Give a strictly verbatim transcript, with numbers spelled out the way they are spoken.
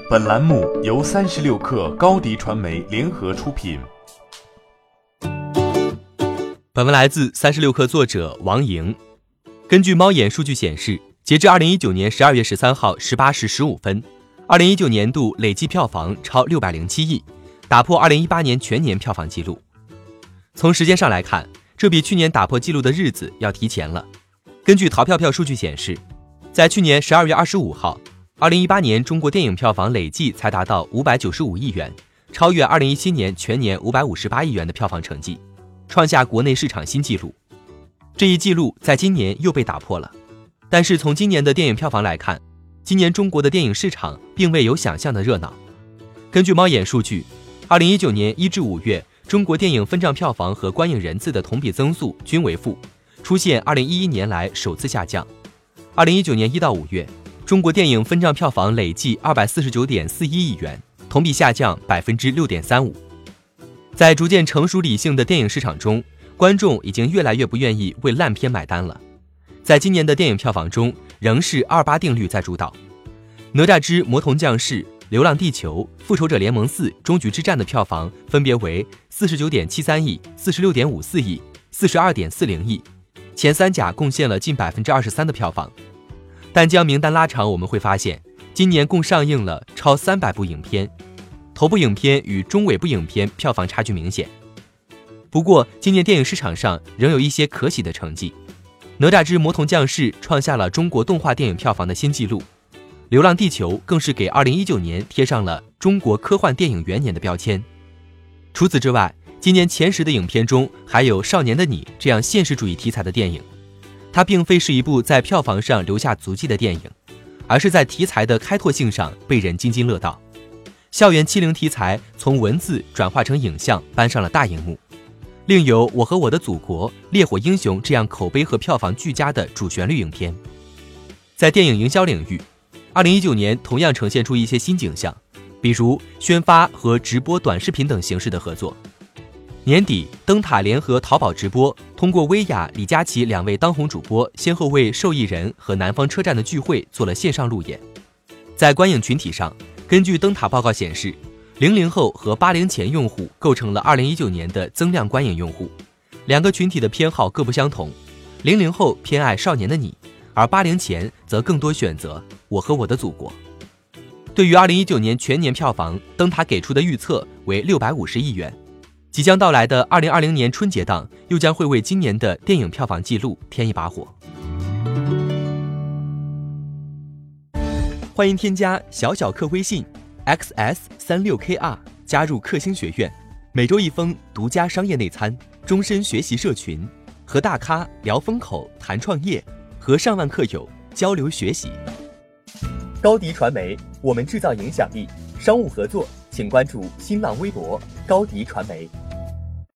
本栏目由三十六氪高迪传媒联合出品。 本文来自三十六氪作者王莹。根据猫眼数据显示，截至二零一九年十二月十三号十八时十五分，二零一九年度累计票房超六百零七亿，打破二零一八年全年票房纪录。从时间上来看，这比去年打破纪录的日子要提前了。根据淘票票数据显示，在去年十二月二十五号，二零一八年中国电影票房累计才达到五百九十五亿元，超越二零一七年全年五百五十八亿元的票房成绩，创下国内市场新纪录。这一纪录在今年又被打破了。但是从今年的电影票房来看，今年中国的电影市场并未有想象的热闹。根据猫眼数据，二零一九年一至五月，中国电影分账票房和观影人次的同比增速均为负，出现二零一一年来首次下降。二零一九年一到五月，中国电影分账票房累计二百四十九点四一亿元，同比下降 百分之六点三五。 在逐渐成熟理性的电影市场中，观众已经越来越不愿意为烂片买单了。在今年的电影票房中，仍是二八定律在主导。哪吒之魔童降世、流浪地球、复仇者联盟四、终局之战的票房分别为 四十九点七三亿、四十六点五四亿、四十二点四零亿，前三甲贡献了近 百分之二十三 的票房。但将名单拉长，我们会发现今年共上映了超三百部影片，头部影片与中尾部影片票房差距明显。不过今年电影市场上仍有一些可喜的成绩。哪吒之魔童降世创下了中国动画电影票房的新纪录，流浪地球更是给二零一九年贴上了中国科幻电影元年的标签。除此之外，今年前十的影片中还有少年的你这样现实主义题材的电影。它并非是一部在票房上留下足迹的电影，而是在题材的开拓性上被人津津乐道。校园欺凌题材从文字转化成影像，搬上了大荧幕。另有我和我的祖国、烈火英雄这样口碑和票房俱佳的主旋律影片。在电影营销领域，二零一九年同样呈现出一些新景象，比如宣发和直播短视频等形式的合作。年底，灯塔联合淘宝直播，通过薇娅、李佳琦两位当红主播，先后为受益人和南方车站的聚会做了线上路演。在观影群体上，根据灯塔报告显示，零零后和八零前用户构成了二零一九年的增量观影用户。两个群体的偏好各不相同，零零后偏爱少年的你，而八零前则更多选择我和我的祖国。对于二零一九年全年票房，灯塔给出的预测为六百五十亿元。即将到来的二零二零年春节档又将会为今年的电影票房纪录添一把火。欢迎添加小小客微信 X S 三六 K R 加入客星学院，每周一封独家商业内参，终身学习社群，和大咖聊风口谈创业，和上万客友交流学习。高迪传媒，我们制造影响力。商务合作请关注新浪微博高迪传媒。